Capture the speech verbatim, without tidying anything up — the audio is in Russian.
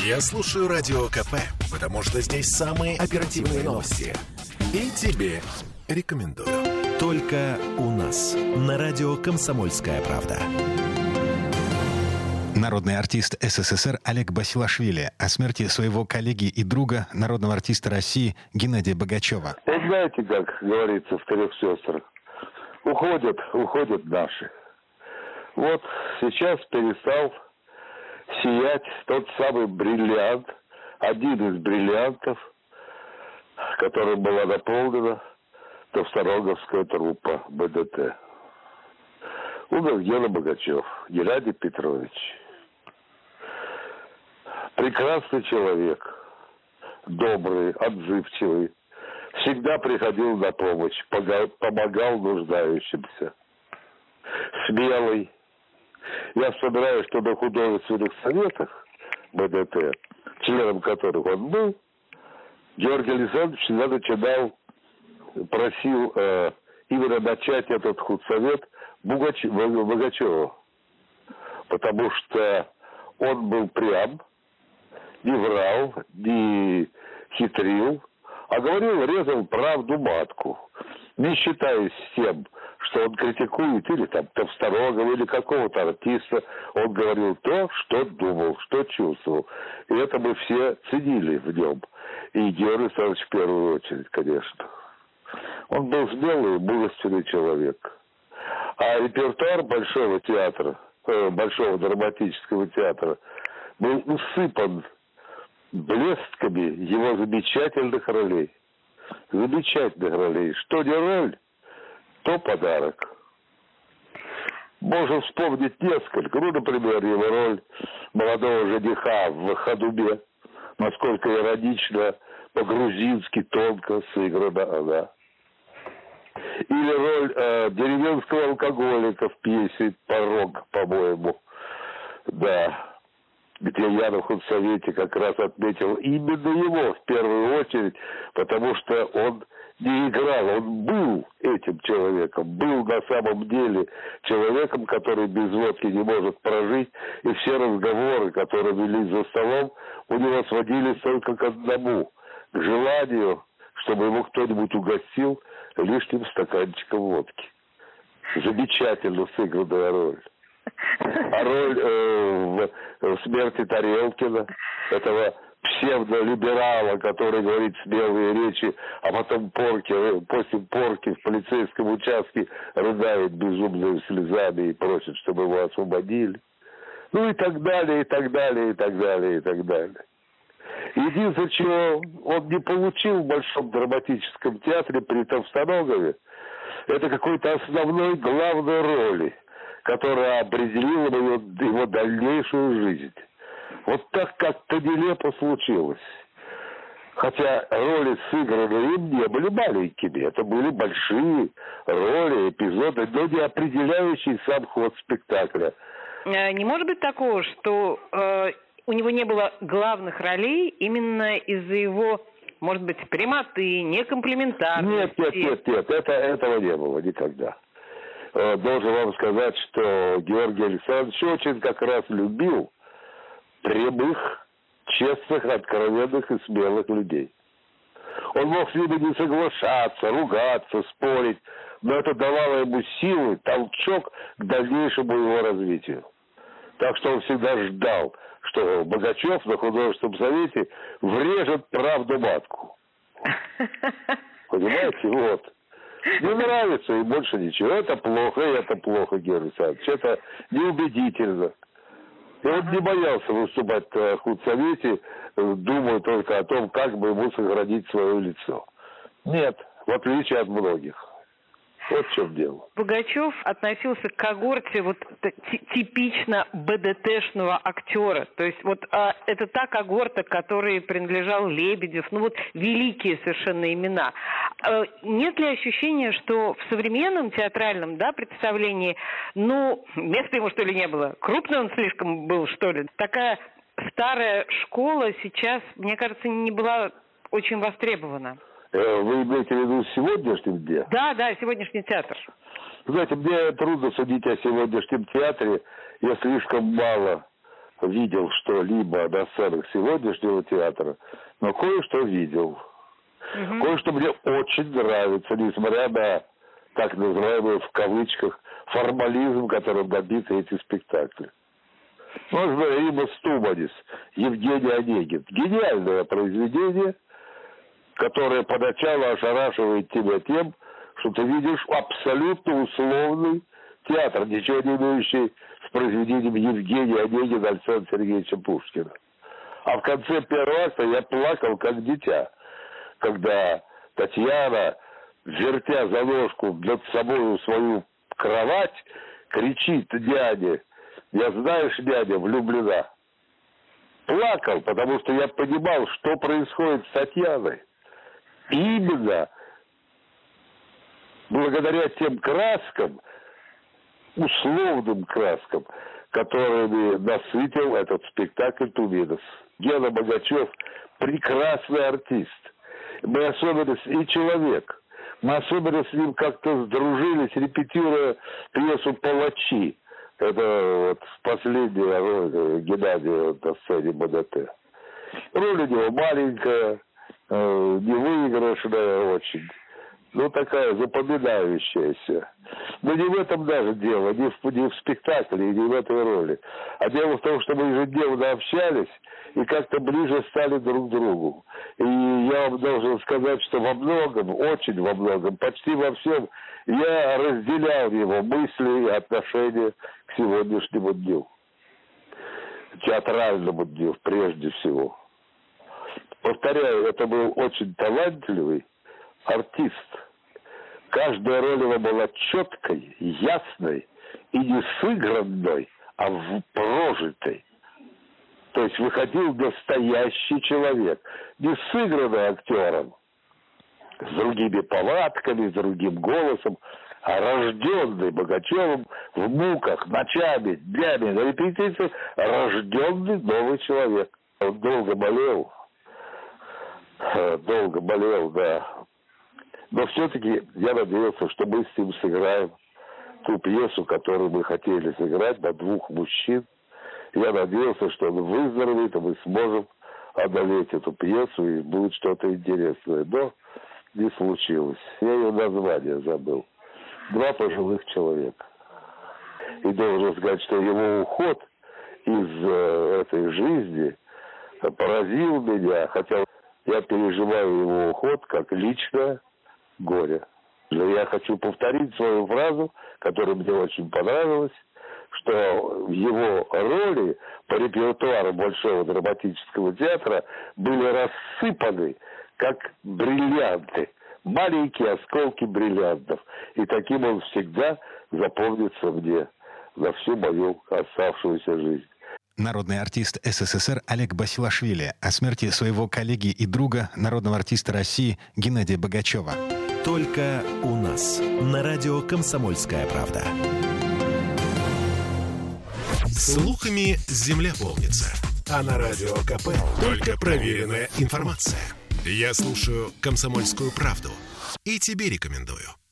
Я слушаю Радио КП, потому что здесь самые оперативные новости. И тебе рекомендую. Только у нас. На радио «Комсомольская правда». Народный артист СССР Олег Басилашвили о смерти своего коллеги и друга, народного артиста России Геннадия Богачева. Вот знаете, как говорится в «Трех сестрах», уходят, уходят наши. Вот сейчас перестал сиять тот самый бриллиант, один из бриллиантов, которым была наполнена Товстороговская труппа БДТ. Умер Гена Богачев, Геннадий Петрович. Прекрасный человек, добрый, отзывчивый, всегда приходил на помощь, помогал нуждающимся, смелый. Я вспоминаю, что на художественных советах БДТ, членом которых он был, Георгий Александрович всегда начинал, просил э, именно начать этот худсовет Бугач... Богачева, потому что он был прям, не врал, не хитрил, а говорил, резал правду матку, не считаясь с тем, что он критикует или там Товсторогова, или какого-то артиста. Он говорил то, что думал, что чувствовал. И это мы все ценили в нем. И Георгий Александрович в первую очередь, конечно. Он был смелый, мужественный человек. А репертуар Большого театра, э, Большого драматического театра был усыпан блестками его замечательных ролей. Замечательных ролей. Что не роль, то подарок. Можно вспомнить несколько. Ну, например, его роль молодого жениха в «Ходуме». Насколько иронично, по-грузински тонко сыграна она. Или роль э, деревенского алкоголика в пьесе «Порог», по-моему. Да. Где я на худсовете как раз отметил именно его в первую очередь, потому что он не играл, он был этим человеком, был на самом деле человеком, который без водки не может прожить, и все разговоры, которые велись за столом, у него сводились только к одному, к желанию, чтобы его кто-нибудь угостил лишним стаканчиком водки. Замечательно сыгранная роль. А роль э, в, в «Смерти Тарелкина», этого псевдолиберала, который говорит смелые речи, а потом порки, после порки в полицейском участке рыдает безумными слезами и просит, чтобы его освободили. Ну и так далее, и так далее, и так далее, и так далее. Единственное, чего он не получил в Большом драматическом театре при Товсторогове, это какой-то основной главной роли, которая определила его, его дальнейшую жизнь. Вот так как-то нелепо случилось. Хотя роли, сыгранные им, не были маленькими. Это были большие роли, эпизоды, но не определяющие сам ход спектакля. Не может быть такого, что э, у него не было главных ролей именно из-за его, может быть, прямоты, некомплиментарности? Нет, нет, нет, нет. Это, этого не было никогда. Должен вам сказать, что Георгий Александрович очень как раз любил прямых, честных, откровенных и смелых людей. Он мог с ними не соглашаться, ругаться, спорить, но это давало ему силы, толчок к дальнейшему его развитию. Так что он всегда ждал, что Богачев на художественном совете врежет правду матку. Понимаете, вот. Не нравится и больше ничего. Это плохо, и это плохо, Георгий Александрович. Это неубедительно. И он не боялся выступать в худсовете, думая только о том, как бы ему сохранить свое лицо. Нет, в отличие от многих. Вот в чем дело. Богачев относился к когорте вот типично БДТшного актера. То есть вот а, это та когорта, которой принадлежал Лебедев. Ну вот великие совершенно имена. А, нет ли ощущения, что в современном театральном, да, представлении, ну, места ему что ли не было? Крупный он слишком был, что ли? Такая старая школа сейчас, мне кажется, не была очень востребована. Вы имеете в виду сегодняшний день? Да, да, сегодняшний театр. Знаете, мне трудно судить о сегодняшнем театре. Я слишком мало видел что-либо на сценах сегодняшнего театра, но кое-что видел. Mm-hmm. Кое-что мне очень нравится, несмотря на так называемый в кавычках формализм, которым добиты эти спектакли. Можно Римас Туманис, Евгений Онегин. Гениальное произведение, которое поначалу ошарашивает тебя тем, что ты видишь абсолютно условный театр, ничего не имеющий с произведением Евгения Онегина Александра Сергеевича Пушкина. А в конце первого акта я плакал как дитя, когда Татьяна, вертя за ножку над собой свою кровать, кричит няне: «Я, знаешь, няня, влюблена». Плакал, потому что я понимал, что происходит с Татьяной. И именно благодаря тем краскам, условным краскам, которыми насытил этот спектакль Туминос. Гена Богачев – прекрасный артист. Мы особенно, и человек, мы особенно с ним как-то сдружились, репетируя пьесу «Палачи». Это вот последняя роль Геннадия на сцене БДТ. Роль у него маленькая, невыигрышная очень. Ну, такая запоминающаяся. Но не в этом даже дело, не в, не в спектакле, не в этой роли. А дело в том, что мы ежедневно общались и как-то ближе стали друг к другу. И я вам должен сказать, что во многом, очень во многом, почти во всем, я разделял его мысли и отношения к сегодняшнему дню. Театральному дню, прежде всего. Повторяю, это был очень талантливый артист. Каждая роль его была четкой, ясной и не сыгранной, а прожитой. То есть выходил настоящий человек, не сыгранный актером, с другими повадками, с другим голосом, а рожденный Богачевым в муках, ночами, днями, на репетициях, рожденный новый человек. Он долго болел, долго болел, да. Но все-таки я надеялся, что мы с ним сыграем ту пьесу, которую мы хотели сыграть, на двух мужчин. Я надеялся, что он выздоровеет, и мы сможем одолеть эту пьесу, и будет что-то интересное. Но не случилось. Я ее название забыл. Два пожилых человека. И должен сказать, что его уход из э, этой жизни поразил меня, хотя я переживаю его уход как личное горе. Но я хочу повторить свою фразу, которая мне очень понравилась, что в его роли по репертуару Большого драматического театра были рассыпаны, как бриллианты, маленькие осколки бриллиантов. И таким он всегда запомнится мне на всю мою оставшуюся жизнь. Народный артист СССР Олег Басилашвили о смерти своего коллеги и друга, народного артиста России Геннадия Богачева. Только у нас. На радио «Комсомольская правда». Слухами земля полнится. А на радио КП только проверенная информация. Я слушаю «Комсомольскую правду» и тебе рекомендую.